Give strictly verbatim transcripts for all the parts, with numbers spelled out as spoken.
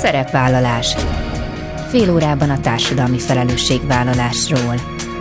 Szerepvállalás. Fél órában a társadalmi felelősségvállalásról.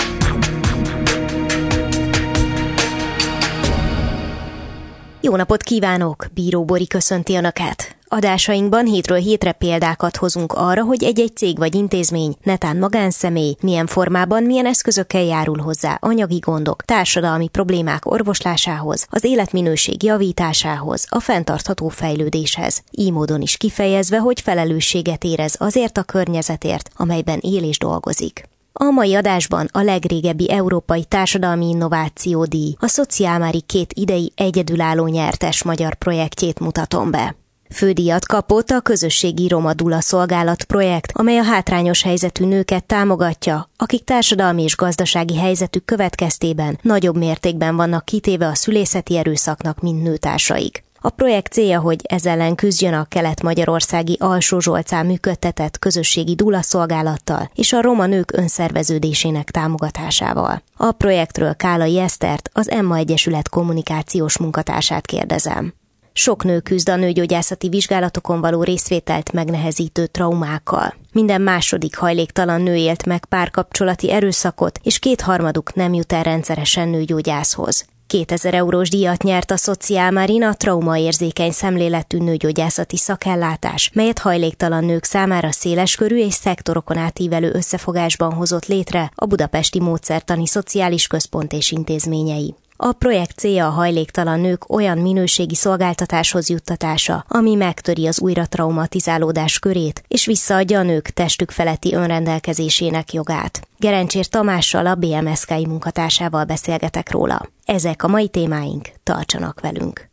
Jó napot kívánok! Bíró Bori köszönti Önöket! Adásainkban hétről hétre példákat hozunk arra, hogy egy-egy cég vagy intézmény, netán magánszemély, milyen formában, milyen eszközökkel járul hozzá anyagi gondok, társadalmi problémák orvoslásához, az életminőség javításához, a fenntartható fejlődéshez. Így módon is kifejezve, hogy felelősséget érez azért a környezetért, amelyben él és dolgozik. A mai adásban a legrégebbi európai társadalmi innováció díj, a Szociálmári két idei egyedülálló nyertes magyar projektjét mutatom be. Fődíjat kapott a Közösségi Roma Dula Szolgálat projekt, amely a hátrányos helyzetű nőket támogatja, akik társadalmi és gazdasági helyzetük következtében nagyobb mértékben vannak kitéve a szülészeti erőszaknak, mint nőtársaik. A projekt célja, hogy ez ellen küzdjön a kelet-magyarországi Alsó-Zsolcán működtetett közösségi dula szolgálattal és a roma nők önszerveződésének támogatásával. A projektről Kálai Esztert, az Emma Egyesület kommunikációs munkatársát kérdezem. Sok nő küzd a nőgyógyászati vizsgálatokon való részvételt megnehezítő traumákkal. Minden második hajléktalan nő élt meg párkapcsolati erőszakot, és kétharmaduk nem jut el rendszeresen nőgyógyászhoz. kétezer eurós díjat nyert a Szociálmárin a traumaérzékeny szemléletű nőgyógyászati szakellátás, melyet hajléktalan nők számára széleskörű és szektorokon átívelő összefogásban hozott létre a Budapesti Módszertani Szociális Központ és intézményei. A projekt célja a hajléktalan nők olyan minőségi szolgáltatáshoz juttatása, ami megtöri az újra traumatizálódás körét, és visszaadja a nők testük feletti önrendelkezésének jogát. Gerencsér Tamással, a bé em es ká i munkatársával beszélgetek róla. Ezek a mai témáink, tartsanak velünk!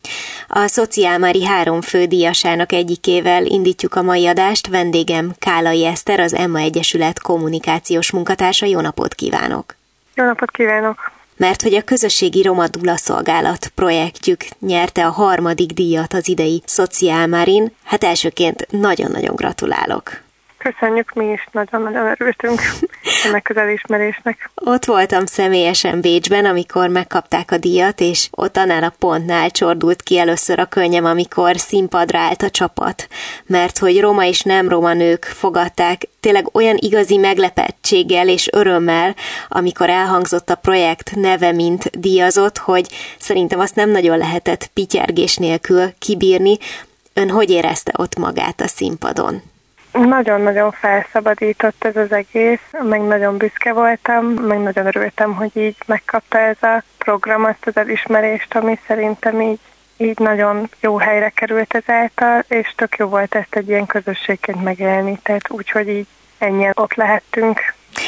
A Szociálmári három fődíjasának egyikével indítjuk a mai adást. Vendégem Kálai Eszter, az Emma Egyesület kommunikációs munkatársa. Jó napot kívánok! Jó napot kívánok! Mert hogy a Közösségi Roma Dula Szolgálat projektjük nyerte a harmadik díjat az idei Szociálmárin. Hát elsőként nagyon-nagyon gratulálok. Köszönjük, mi is nagyon-nagyon örültünk ennek az elismerésnek. Ott voltam személyesen Bécsben, amikor megkapták a díjat, és ott annál a pontnál csordult ki először a könnyem, amikor színpadra állt a csapat. Mert hogy roma és nem roma nők fogadták tényleg olyan igazi meglepettséggel és örömmel, amikor elhangzott a projekt neve, mint díjazott, hogy szerintem azt nem nagyon lehetett pityergés nélkül kibírni. Ön hogy érezte ott magát a színpadon? Nagyon-nagyon felszabadított ez az egész, meg nagyon büszke voltam, meg nagyon örültem, hogy így megkapta ez a program azt az elismerést, ami szerintem így, így nagyon jó helyre került ezáltal, és tök jó volt ezt egy ilyen közösségként megélni, tehát úgyhogy így ennyien ott lehettünk.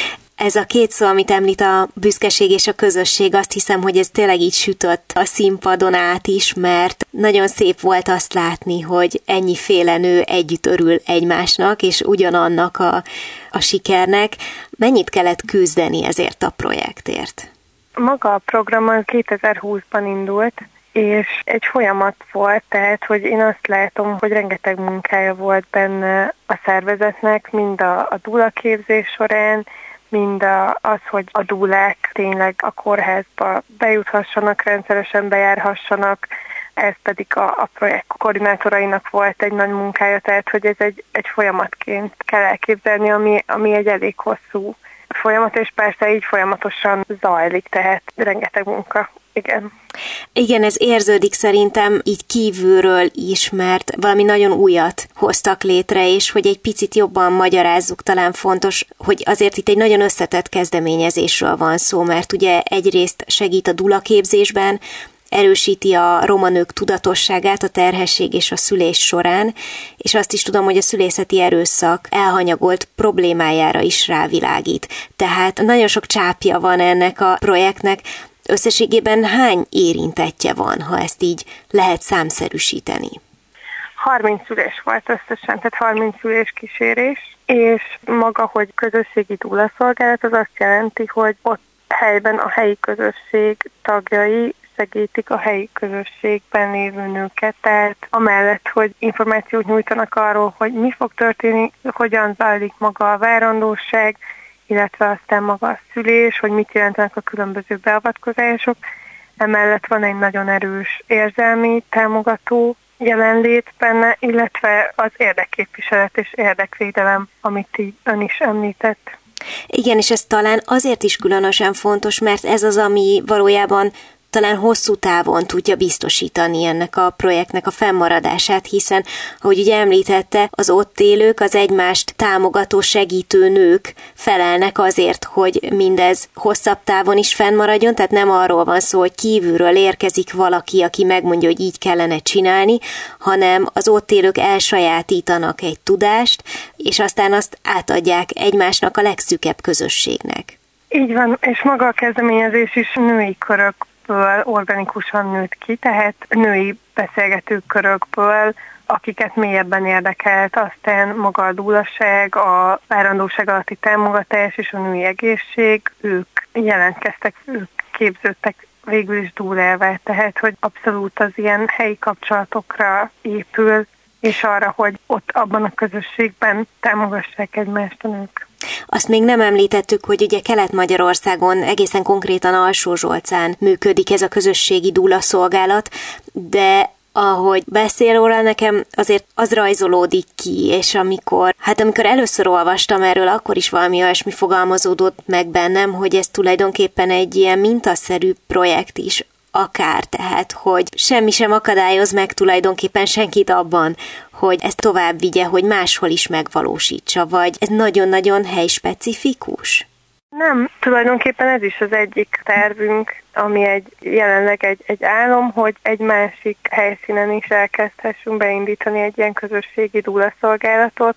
Ez a két szó, amit említ, a büszkeség és a közösség, azt hiszem, hogy ez tényleg így sütött a színpadon át is, mert nagyon szép volt azt látni, hogy ennyiféle nő együtt örül egymásnak, és ugyanannak a, a sikernek. Mennyit kellett küzdeni ezért a projektért? Maga a program az kétezer-húszban indult, és egy folyamat volt, tehát, hogy én azt látom, hogy rengeteg munkája volt benne a szervezetnek, mind a, a dúlaképzés során, mind a, az, hogy a dúlák tényleg a kórházba bejuthassanak, rendszeresen bejárhassanak, ez pedig a, a projekt koordinátorainak volt egy nagy munkája, tehát hogy ez egy, egy folyamatként kell elképzelni, ami, ami egy elég hosszú folyamat, és persze így folyamatosan zajlik, tehát rengeteg munka. Igen. Igen, ez érződik szerintem így kívülről is, mert valami nagyon újat hoztak létre, és hogy egy picit jobban magyarázzuk, talán fontos, hogy azért itt egy nagyon összetett kezdeményezésről van szó, mert ugye egyrészt segít a dulaképzésben, erősíti a roma nők tudatosságát a terhesség és a szülés során, és azt is tudom, hogy a szülészeti erőszak elhanyagolt problémájára is rávilágít. Tehát nagyon sok csápja van ennek a projektnek. Összességében hány érintettje van, ha ezt így lehet számszerűsíteni? harminc szülés volt összesen, tehát harminc szülés kísérés, és maga, hogy közösségi dúlaszolgálat, az azt jelenti, hogy ott helyben a helyi közösség tagjai segítik a helyi közösségben lévő nőket, tehát amellett, hogy információt nyújtanak arról, hogy mi fog történni, hogyan zajlik maga a várandóság, illetve aztán maga a szülés, hogy mit jelentenek a különböző beavatkozások. Emellett van egy nagyon erős érzelmi támogató jelenlét benne, illetve az érdekképviselet és érdekvédelem, amit így ön is említett. Igen, és ez talán azért is különösen fontos, mert ez az, ami valójában talán hosszú távon tudja biztosítani ennek a projektnek a fennmaradását, hiszen, ahogy ugye említette, az ott élők, az egymást támogató, segítő nők felelnek azért, hogy mindez hosszabb távon is fennmaradjon, tehát nem arról van szó, hogy kívülről érkezik valaki, aki megmondja, hogy így kellene csinálni, hanem az ott élők elsajátítanak egy tudást, és aztán azt átadják egymásnak a legszűkebb közösségnek. Így van, és maga a kezdeményezés is női körök organikusan nőtt ki, tehát női beszélgetőkörökből, akiket mélyebben érdekelt, aztán maga a dúlaság, a várandóság alatti támogatás és a női egészség, ők jelentkeztek, ők képződtek végül is dúlává, tehát hogy abszolút az ilyen helyi kapcsolatokra épül, és arra, hogy ott abban a közösségben támogassák egymást a nők. Azt még nem említettük, hogy ugye Kelet-Magyarországon, egészen konkrétan Alsózsolcán működik ez a közösségi dúlaszolgálat, de ahogy beszél róla, nekem azért az rajzolódik ki, és amikor, hát amikor először olvastam erről, akkor is valami olyasmi fogalmazódott meg bennem, hogy ez tulajdonképpen egy ilyen mintaszerű projekt is, akár, tehát, hogy semmi sem akadályoz meg tulajdonképpen senkit abban, hogy ezt tovább vigye, hogy máshol is megvalósítsa, vagy ez nagyon-nagyon helyspecifikus? Nem, tulajdonképpen ez is az egyik tervünk, ami egy jelenleg egy, egy álom, hogy egy másik helyszínen is elkezdhessünk beindítani egy ilyen közösségi dúlaszolgálatot,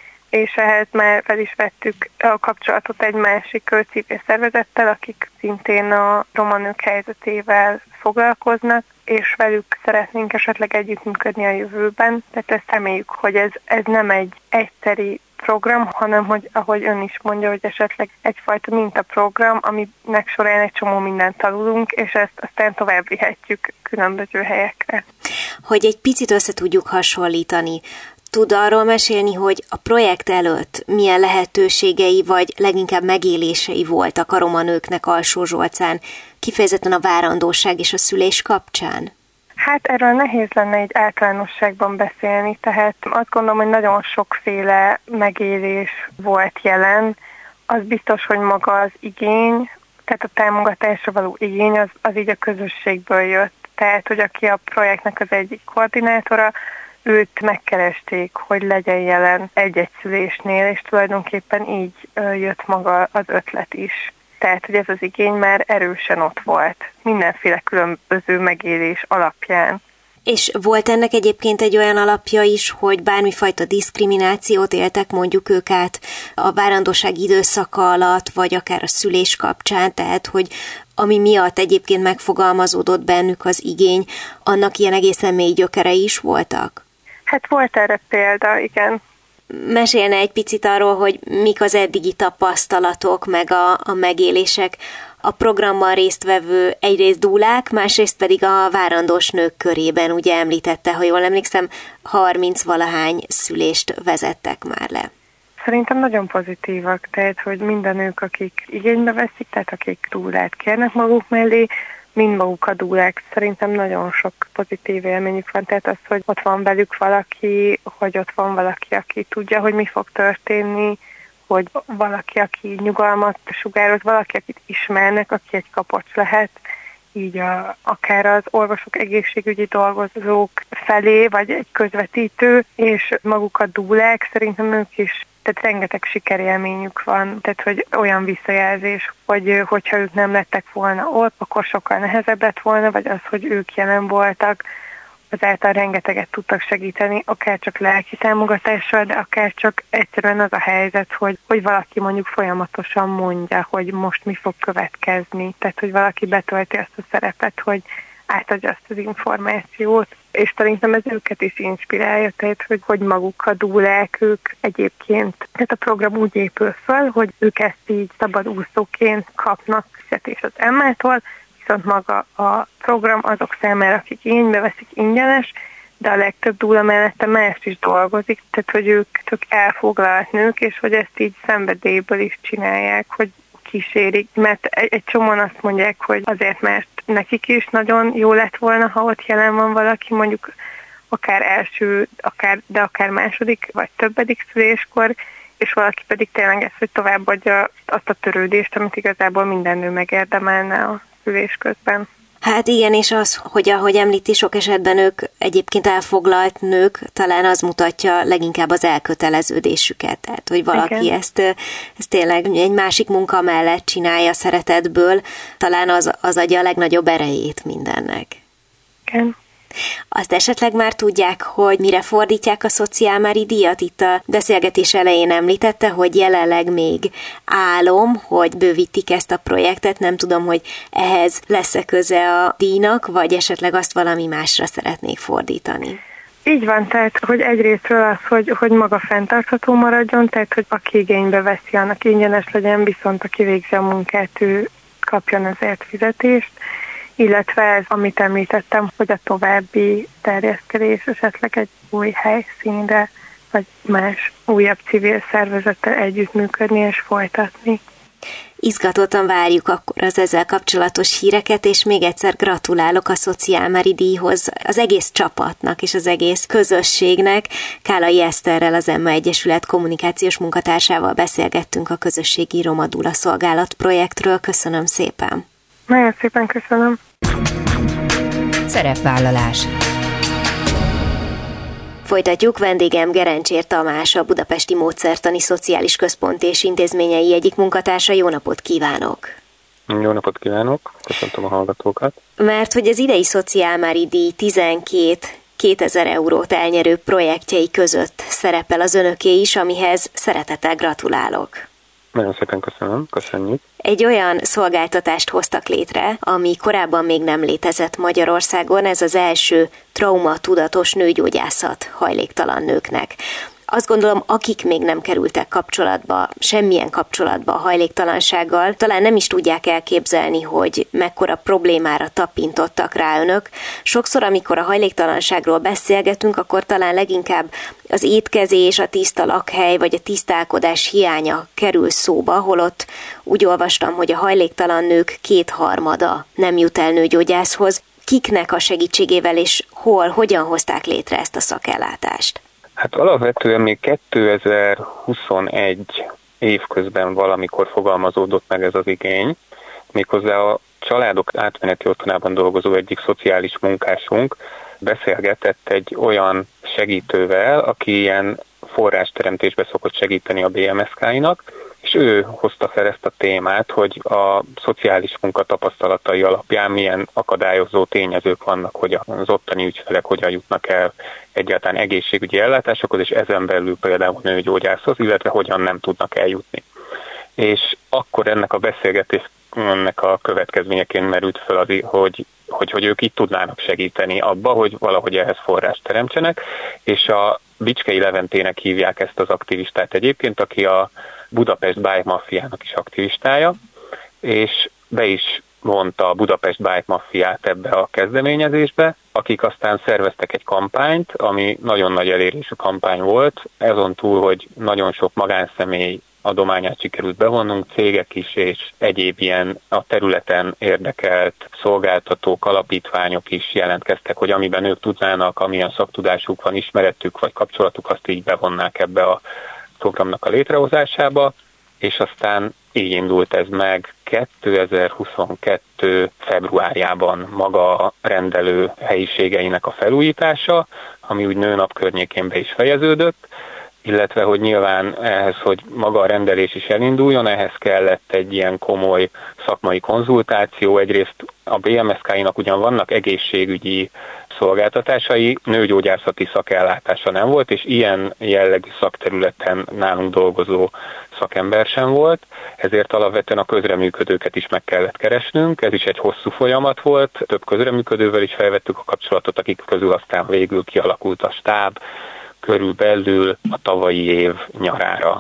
és ehhez már fel is vettük a kapcsolatot egy másik civil szervezettel, akik szintén a roma nők helyzetével foglalkoznak, és velük szeretnénk esetleg együttműködni a jövőben. Tehát ezt reméljük, hogy ez, ez nem egy egyszeri program, hanem hogy, ahogy ön is mondja, hogy esetleg egyfajta mintaprogram, aminek során egy csomó mindent tanulunk, és ezt aztán tovább vihetjük különböző helyekre. Hogy egy picit össze tudjuk hasonlítani, tud arról mesélni, hogy a projekt előtt milyen lehetőségei vagy leginkább megélései voltak a roma nőknek Alsózsolcán, kifejezetten a várandóság és a szülés kapcsán? Hát erről nehéz lenne egy általánosságban beszélni, tehát azt gondolom, hogy nagyon sokféle megélés volt jelen. Az biztos, hogy maga az igény, tehát a támogatásra való igény, az, az így a közösségből jött. Tehát, hogy aki a projektnek az egyik koordinátora, őt megkeresték, hogy legyen jelen egy-egy szülésnél, és tulajdonképpen így jött maga az ötlet is. Tehát, hogy ez az igény már erősen ott volt, mindenféle különböző megélés alapján. És volt ennek egyébként egy olyan alapja is, hogy bármifajta diszkriminációt éltek mondjuk ők át a várandóság időszaka alatt, vagy akár a szülés kapcsán, tehát, hogy ami miatt egyébként megfogalmazódott bennük az igény, annak ilyen egészen mély gyökerei is voltak? Hát volt erre példa, igen. Mesélne egy picit arról, hogy mik az eddigi tapasztalatok, meg a, a megélések a programban résztvevő egyrészt dúlák, másrészt pedig a várandós nők körében. Ugye említette, ha jól emlékszem, harminc-valahány szülést vezettek már le. Szerintem nagyon pozitívak, tehát hogy minden nők, akik igénybe veszik, tehát akik dúlát kérnek maguk mellé, mind maguk a dúlák. Szerintem nagyon sok pozitív élményük van, tehát az, hogy ott van velük valaki, hogy ott van valaki, aki tudja, hogy mi fog történni, hogy valaki, aki nyugalmat sugároz, valaki, akit ismernek, aki egy kapocs lehet, így a, akár az orvosok, egészségügyi dolgozók felé, vagy egy közvetítő, és maguk a dúlák, szerintem ők is, tehát rengeteg sikerélményük van, tehát hogy olyan visszajelzés, hogy hogyha ők nem lettek volna ott, akkor sokkal nehezebb lett volna, vagy az, hogy ők jelen voltak, azáltal rengeteget tudtak segíteni, akár csak lelki támogatással, de akár csak egyszerűen az a helyzet, hogy, hogy valaki mondjuk folyamatosan mondja, hogy most mi fog következni, tehát hogy valaki betölti azt a szerepet, hogy átadja azt az információt, és szerintem ez őket is inspirálja, tehát hogy, hogy maguk a dúlák, ők egyébként, tehát a program úgy épül föl, hogy ők ezt így szabadúszóként kapnak fizetést az emmától, viszont maga a program azok számára, akik igénybe veszik, ingyenes, de a legtöbb dúla mellette mást is dolgozik, tehát hogy ők tök elfoglalt nők, és hogy ezt így szenvedélyből is csinálják, hogy kísérik, mert egy, egy csomóan azt mondják, hogy azért, mert nekik is nagyon jó lett volna, ha ott jelen van valaki, mondjuk akár első, akár, de akár második, vagy többedik szüléskor, és valaki pedig tényleg ezt, hogy továbbadja azt a törődést, amit igazából minden nő megérdemelne a szülés közben. Hát igen, és az, hogy ahogy említi, sok esetben ők egyébként elfoglalt nők, talán az mutatja leginkább az elköteleződésüket. Tehát, hogy valaki ezt, ezt tényleg egy másik munka mellett csinálja szeretetből, talán az, az adja a legnagyobb erejét mindennek. Igen. Azt esetleg már tudják, hogy mire fordítják a Szociálmári díjat? Itt a beszélgetés elején említette, hogy jelenleg még álom, hogy bővítik ezt a projektet. Nem tudom, hogy ehhez lesz-e köze a díjnak, vagy esetleg azt valami másra szeretnék fordítani. Így van, tehát, hogy egyrésztről az, hogy, hogy maga fenntartható maradjon, tehát, hogy aki igénybe veszi, annak ingyenes legyen, viszont aki végzi a munkát, ő kapjon ezért fizetést, illetve ez, amit említettem, hogy a további terjeszkedés esetleg egy új helyszínre, vagy más újabb civil szervezettel együttműködni és folytatni. Izgatottan várjuk akkor az ezzel kapcsolatos híreket, és még egyszer gratulálok a Szociálmári díjhoz az egész csapatnak és az egész közösségnek. Kálai Eszterrel, az Emma Egyesület kommunikációs munkatársával beszélgettünk a közösségi Roma Dula szolgálat projektről. Köszönöm szépen! Nagyon szépen köszönöm! Szerepvállalás. Folytatjuk, vendégem Gerencsér Tamás, a Budapesti Módszertani Szociális Központ és Intézményei egyik munkatársa. Jó napot kívánok! Jó napot kívánok! Köszöntöm a hallgatókat! Mert hogy az idei Szociálmári díj tizenkét kétezer eurót elnyerő projektjei között szerepel az önöké is, amihez szeretettel gratulálok! Nagyon szépen köszönöm, köszönjük. Egy olyan szolgáltatást hoztak létre, ami korábban még nem létezett Magyarországon, ez az első traumatudatos nőgyógyászat hajléktalan nőknek. Azt gondolom, akik még nem kerültek kapcsolatba, semmilyen kapcsolatba a hajléktalansággal, talán nem is tudják elképzelni, hogy mekkora problémára tapintottak rá önök. Sokszor, amikor a hajléktalanságról beszélgetünk, akkor talán leginkább az étkezés, a tiszta lakhely vagy a tisztálkodás hiánya kerül szóba, holott úgy olvastam, hogy a hajléktalan nők kétharmada nem jut el nőgyógyászhoz. Kiknek a segítségével és hol, hogyan hozták létre ezt a szakellátást? Hát alapvetően még kétezer-huszonegy évközben valamikor fogalmazódott meg ez az igény, méghozzá a családok átmeneti otthonában dolgozó egyik szociális munkásunk beszélgetett egy olyan segítővel, aki ilyen forrásteremtésbe szokott segíteni a bé em es ká-inak, és ő hozta fel ezt a témát, hogy a szociális munka tapasztalatai alapján milyen akadályozó tényezők vannak, hogy az ottani ügyfelek hogyan jutnak el egyáltalán egészségügyi ellátásokhoz, és ezen belül például nőgyógyászhoz, illetve hogyan nem tudnak eljutni. És akkor ennek a beszélgetésnek a következményeként merült fel az, hogy, hogy, hogy ők itt tudnának segíteni abba, hogy valahogy ehhez forrást teremtsenek, és a Bicskei Leventének hívják ezt az aktivistát egyébként, aki a Budapest Bike Maffiának is aktivistája, és be is vonta a Budapest Bike Maffiát ebbe a kezdeményezésbe, akik aztán szerveztek egy kampányt, ami nagyon nagy elérésű kampány volt, azon túl, hogy nagyon sok magánszemély adományát sikerült bevonnunk, cégek is és egyéb ilyen a területen érdekelt szolgáltatók, alapítványok is jelentkeztek, hogy amiben ők tudnának, amilyen szaktudásuk van, ismeretük vagy kapcsolatuk, azt így bevonnák ebbe a programnak a létrehozásába, és aztán így indult ez meg kétezer-huszonkettő februárjában maga a rendelő helyiségeinek a felújítása, ami úgy nőnap környékén be is fejeződött, illetve hogy nyilván ehhez, hogy maga a rendelés is elinduljon, ehhez kellett egy ilyen komoly szakmai konzultáció. Egyrészt a bé em es ká-inak ugyan vannak egészségügyi szolgáltatásai, nőgyógyászati szakellátása nem volt, és ilyen jellegű szakterületen nálunk dolgozó szakember sem volt, ezért alapvetően a közreműködőket is meg kellett keresnünk, ez is egy hosszú folyamat volt, több közreműködővel is felvettük a kapcsolatot, akik közül aztán végül kialakult a stáb, körülbelül a tavalyi év nyarára.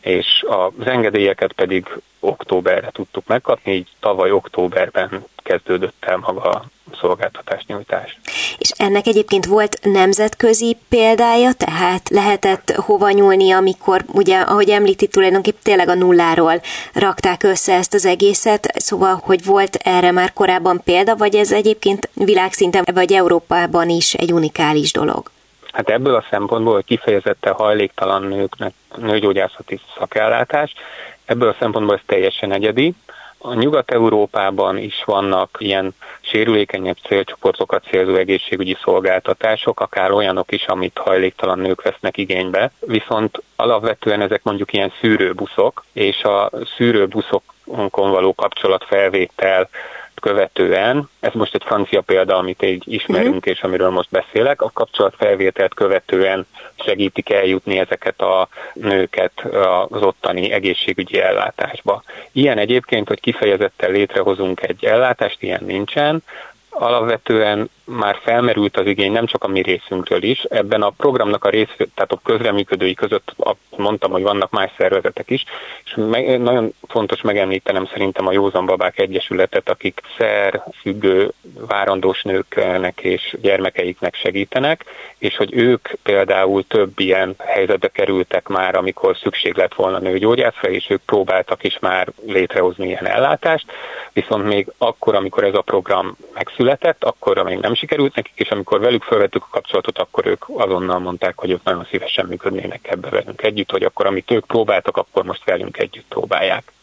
és az engedélyeket pedig októberre tudtuk megkapni, így tavaly októberben kezdődött el maga a szolgáltatásnyújtás. És ennek egyébként volt nemzetközi példája, tehát lehetett hova nyúlni, amikor ugye, ahogy említi, tulajdonképpen tényleg a nulláról rakták össze ezt az egészet, szóval, hogy volt erre már korábban példa, vagy ez egyébként világszinten, vagy Európában is egy unikális dolog? Hát ebből a szempontból, hogy kifejezetten hajléktalan nőknek nőgyógyászati szakellátás, ebből a szempontból ez teljesen egyedi. A Nyugat-Európában is vannak ilyen sérülékenyebb célcsoportokat célzó egészségügyi szolgáltatások, akár olyanok is, amit hajléktalan nők vesznek igénybe, viszont alapvetően ezek mondjuk ilyen szűrőbuszok, és a szűrőbuszokon való kapcsolatfelvétel követően, ez most egy francia példa, amit így ismerünk, uh-huh. és amiről most beszélek, a kapcsolatfelvételt követően segítik eljutni ezeket a nőket az ottani egészségügyi ellátásba. Ilyen egyébként, hogy kifejezetten létrehozunk egy ellátást, ilyen nincsen. Alapvetően már felmerült az igény nem csak a mi részünkről is. Ebben a programnak a rész, tehát a közreműködői között mondtam, hogy vannak más szervezetek is, és meg, nagyon fontos megemlítenem szerintem a Józan Babák Egyesületet, akik szerfüggő várandós nőknek és gyermekeiknek segítenek, és hogy ők például több ilyen helyzetbe kerültek már, amikor szükség lett volna nőgyógyászra, és ők próbáltak is már létrehozni ilyen ellátást, viszont még akkor, amikor ez a program megszületett, akkor még nem sikerült nekik, és amikor velük felvettük a kapcsolatot, akkor ők azonnal mondták, hogy ők nagyon szívesen működnének ebbe velünk együtt, hogy akkor amit ők próbáltak, akkor most velünk együtt próbálják.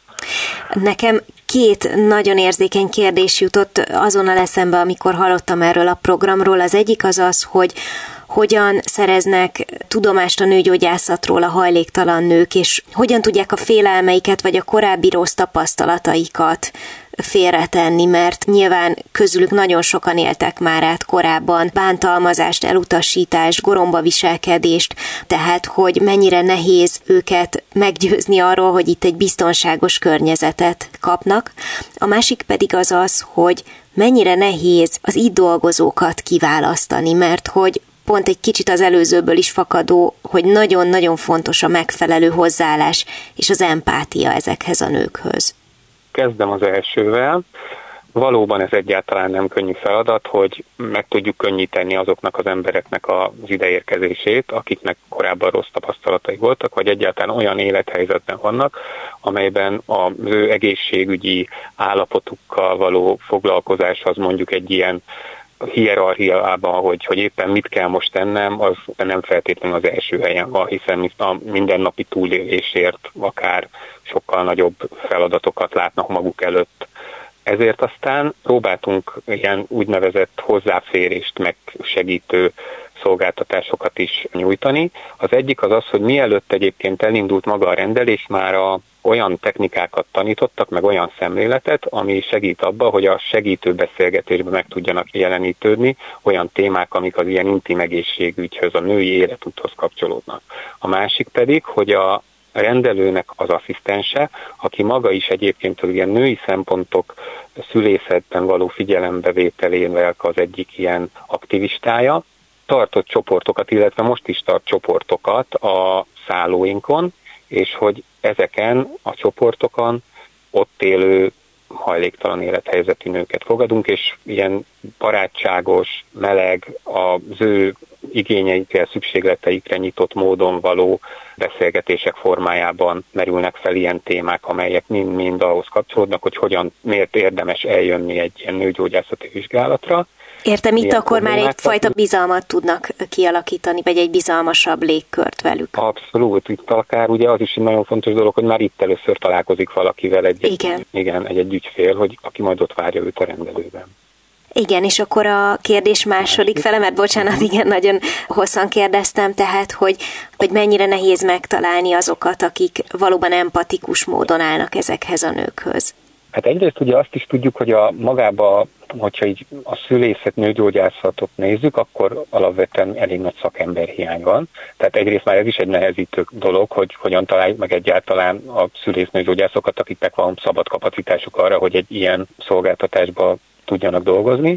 Nekem két nagyon érzékeny kérdés jutott azonnal eszembe, amikor hallottam erről a programról. Az egyik az az, hogy hogyan szereznek tudomást a nőgyógyászatról a hajléktalan nők, és hogyan tudják a félelmeiket, vagy a korábbi rossz tapasztalataikat félretenni, mert nyilván közülük nagyon sokan éltek már át korábban bántalmazást, elutasítást, gorombaviselkedést, tehát hogy mennyire nehéz őket meggyőzni arról, hogy itt egy biztonságos környezetet kapnak. A másik pedig az az, hogy mennyire nehéz az itt dolgozókat kiválasztani, mert hogy pont egy kicsit az előzőből is fakadó, hogy nagyon-nagyon fontos a megfelelő hozzáállás és az empátia ezekhez a nőkhöz. Kezdem az elsővel. Valóban ez egyáltalán nem könnyű feladat, hogy meg tudjuk könnyíteni azoknak az embereknek az ideérkezését, akiknek korábban rossz tapasztalatai voltak, vagy egyáltalán olyan élethelyzetben vannak, amelyben az ő egészségügyi állapotukkal való foglalkozás az mondjuk egy ilyen hierarchiában, hogy, hogy éppen mit kell most tennem, az nem feltétlenül az első helyen van, hiszen a mindennapi túlélésért akár sokkal nagyobb feladatokat látnak maguk előtt. Ezért aztán próbáltunk ilyen úgynevezett hozzáférést megsegítő szolgáltatásokat is nyújtani. Az egyik az az, hogy mielőtt egyébként elindult maga a rendelés, már a olyan technikákat tanítottak, meg olyan szemléletet, ami segít abba, hogy a segítő beszélgetésben meg tudjanak jelenítődni olyan témák, amik az ilyen intim egészségügyhöz, a női életúthoz kapcsolódnak. A másik pedig, hogy a rendelőnek az asszisztense, aki maga is egyébként az ilyen női szempontok szülészetben való figyelembevételével az egyik ilyen aktivistája, tartott csoportokat, illetve most is tart csoportokat a szállóinkon, és hogy ezeken a csoportokon ott élő hajléktalan élethelyzetű nőket fogadunk, és ilyen barátságos, meleg, az ő igényeikkel, szükségleteikre nyitott módon való beszélgetések formájában merülnek fel ilyen témák, amelyek mind-mind ahhoz kapcsolódnak, hogy hogyan, miért érdemes eljönni egy ilyen nőgyógyászati vizsgálatra. Értem, itt akkor már egyfajta bizalmat tudnak kialakítani, vagy egy bizalmasabb légkört velük. Abszolút, itt akár ugye az is egy nagyon fontos dolog, hogy már itt először találkozik valakivel egy, igen. Egy, igen, egy, egy ügyfél, hogy aki majd ott várja őt a rendelőben. Igen, és akkor a kérdés második fele, mert bocsánat, igen, nagyon hosszan kérdeztem, tehát, hogy, hogy mennyire nehéz megtalálni azokat, akik valóban empatikus módon állnak ezekhez a nőkhöz. Hát egyrészt ugye azt is tudjuk, hogy a magába, hogyha így a szülészet nőgyógyászatot nézzük, akkor alapvetően elég nagy szakemberhiány van. Tehát egyrészt már ez is egy nehezítő dolog, hogy hogyan találjuk meg egyáltalán a szülésznőgyógyászokat, akiknek van szabad kapacitásuk arra, hogy egy ilyen szolgáltatásba tudjanak dolgozni.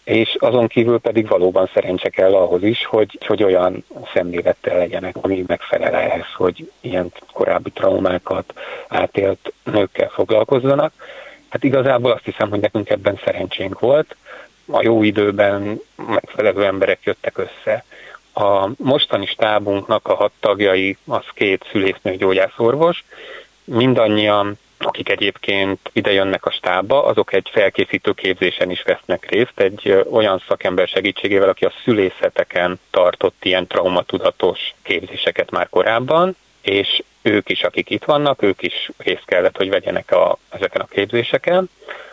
és azon kívül pedig valóban szerencse kell ahhoz is, hogy, hogy olyan szemlélettel legyenek, ami megfelel ehhez, hogy ilyen korábbi traumákat átélt nőkkel foglalkozzanak. Hát igazából azt hiszem, hogy nekünk ebben szerencsénk volt. A jó időben megfelelő emberek jöttek össze. A mostani stábunknak a hat tagjai, az két szülésznő gyógyászorvos, mindannyian, akik egyébként ide jönnek a stábba, azok egy felkészítő képzésen is vesznek részt, egy olyan szakember segítségével, aki a szülészeteken tartott ilyen traumatudatos képzéseket már korábban, és ők is, akik itt vannak, ők is részt kellett, hogy vegyenek a, ezeken a képzéseken.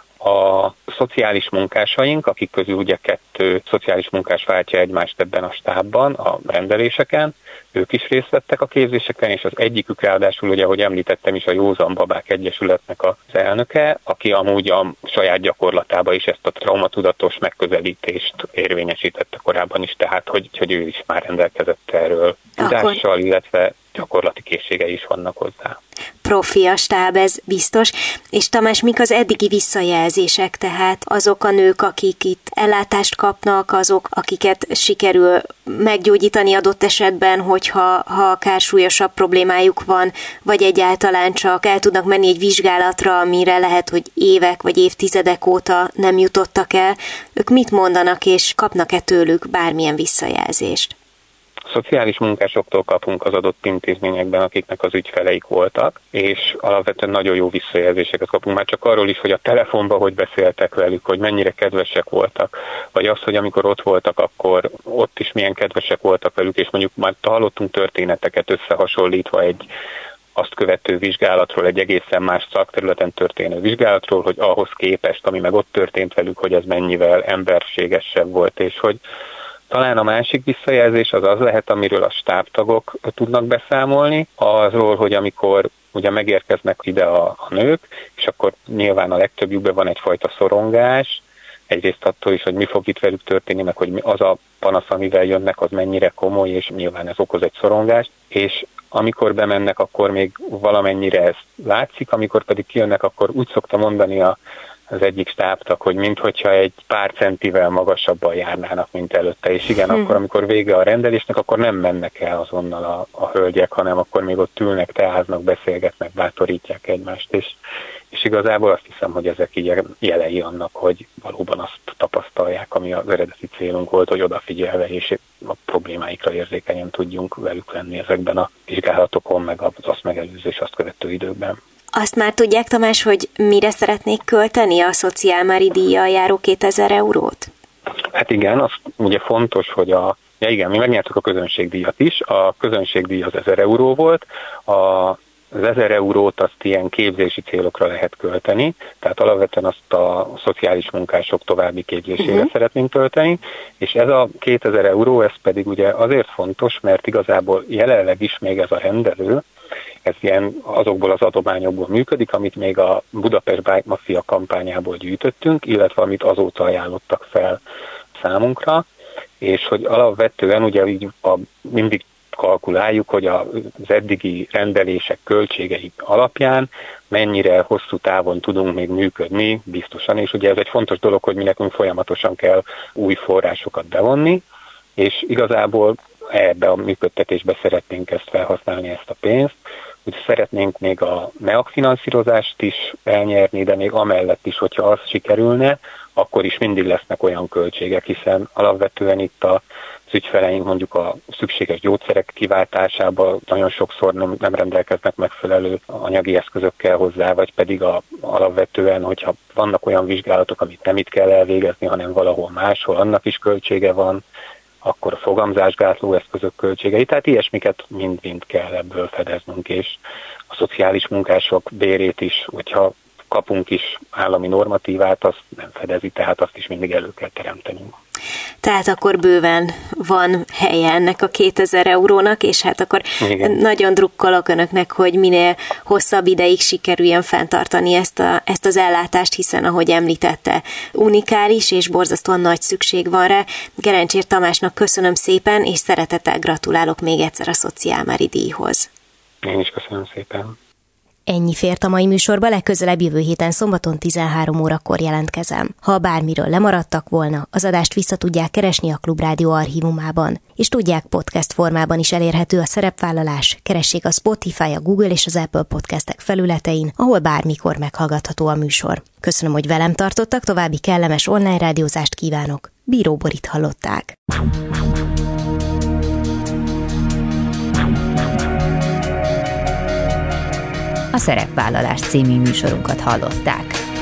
A szociális munkásaink, akik közül ugye kettő szociális munkás váltja egymást ebben a stábban, a rendeléseken, ők is részt vettek a képzéseken, és az egyikük ráadásul, ugye, ahogy említettem is, a Józan Babák Egyesületnek az elnöke, aki amúgy a saját gyakorlatában is ezt a traumatudatos megközelítést érvényesítette korábban is, tehát hogy, hogy ő is már rendelkezett erről tudással, illetve gyakorlati készségei is vannak hozzá. Profi a stáb, ez biztos. És Tamás, mik az eddigi visszajelzések, tehát azok a nők, akik itt ellátást kapnak, azok, akiket sikerül meggyógyítani adott esetben, hogyha ha akár súlyosabb problémájuk van, vagy egyáltalán csak el tudnak menni egy vizsgálatra, amire lehet, hogy évek vagy évtizedek óta nem jutottak el. Ők mit mondanak, és kapnak-e tőlük bármilyen visszajelzést? Szociális munkásoktól kapunk az adott intézményekben, akiknek az ügyfeleik voltak, és alapvetően nagyon jó visszajelzéseket kapunk. Már csak arról is, hogy a telefonban hogy beszéltek velük, hogy mennyire kedvesek voltak, vagy az, hogy amikor ott voltak, akkor ott is milyen kedvesek voltak velük, és mondjuk már hallottunk történeteket összehasonlítva egy azt követő vizsgálatról, egy egészen más szakterületen történő vizsgálatról, hogy ahhoz képest, ami meg ott történt velük, hogy ez mennyivel emberségesebb volt, és hogy talán a másik visszajelzés az az lehet, amiről a stábtagok tudnak beszámolni, azról, hogy amikor ugye megérkeznek ide a, a nők, és akkor nyilván a legtöbbjükben van egyfajta szorongás, egyrészt attól is, hogy mi fog itt velük történni, meg hogy az a panasz, amivel jönnek, az mennyire komoly, és nyilván ez okoz egy szorongást, és amikor bemennek, akkor még valamennyire ez látszik, amikor pedig kijönnek, akkor úgy szokta mondani a az egyik stábtag, hogy minthogyha egy pár centivel magasabban járnának, mint előtte. És igen, hmm. akkor, amikor vége a rendelésnek, akkor nem mennek el azonnal a, a hölgyek, hanem akkor még ott ülnek, teáznak, beszélgetnek, bátorítják egymást. És, és igazából azt hiszem, hogy ezek így jelei annak, hogy valóban azt tapasztalják, ami az eredeti célunk volt, hogy odafigyelve és a problémáikra érzékenyen tudjunk velük lenni ezekben a vizsgálatokon, meg az azt megelőző és azt követő időkben. Azt már tudják, Tamás, hogy mire szeretnék költeni a Szociálmári díjjal járó kétezer eurót? Hát igen, az ugye fontos, hogy a... Ja igen, mi megnyertük a közönségdíjat is. A közönségdíj az ezer euró volt. A, az ezer eurót azt ilyen képzési célokra lehet költeni, tehát alapvetően azt a szociális munkások további képzésére uh-huh. szeretnénk költeni, és ez a kétezer euró, ez pedig ugye azért fontos, mert igazából jelenleg is még ez a rendelő, ez ilyen azokból az adományokból működik, amit még a Budapest Bike Mafia kampányából gyűjtöttünk, illetve amit azóta ajánlottak fel számunkra, és hogy alapvetően ugye így a, mindig kalkuláljuk, hogy az eddigi rendelések költségei alapján mennyire hosszú távon tudunk még működni biztosan, és ugye ez egy fontos dolog, hogy mi nekünk folyamatosan kell új forrásokat bevonni, és igazából ebbe a működtetésbe szeretnénk ezt felhasználni, ezt a pénzt. Úgy szeretnénk még a en e á ká finanszírozást is elnyerni, de még amellett is, hogyha az sikerülne, akkor is mindig lesznek olyan költségek, hiszen alapvetően itt az ügyfeleink mondjuk a szükséges gyógyszerek kiváltásában nagyon sokszor nem, nem rendelkeznek megfelelő anyagi eszközökkel hozzá, vagy pedig a, alapvetően, hogyha vannak olyan vizsgálatok, amit nem itt kell elvégezni, hanem valahol máshol, annak is költsége van, akkor a fogamzásgátló eszközök költségei, tehát ilyesmiket mind-mind kell ebből fedeznünk, és a szociális munkások bérét is, hogyha kapunk is állami normatívát, azt nem fedezi, tehát azt is mindig elő kell teremtenünk. Tehát akkor bőven van helye ennek a kétezer eurónak, és hát akkor igen. Nagyon drukkolok önöknek, hogy minél hosszabb ideig sikerüljen fenntartani ezt, a, ezt az ellátást, hiszen ahogy említette, unikális és borzasztóan nagy szükség van rá. Gerencsér Tamásnak köszönöm szépen, és szeretettel gratulálok még egyszer a Szociálmári díjhoz. Én is köszönöm szépen. Ennyi fért a mai műsorba, legközelebb jövő héten szombaton tizenhárom órakor jelentkezem. Ha bármiről lemaradtak volna, az adást vissza tudják keresni a Klubrádió archívumában. És tudják, podcast formában is elérhető a szerepvállalás, keressék a Spotify, a Google és az Apple podcastek felületein, ahol bármikor meghallgatható a műsor. Köszönöm, hogy velem tartottak, további kellemes online rádiózást kívánok. Bíró Borit hallották. A Szerepvállalás című műsorunkat hallották.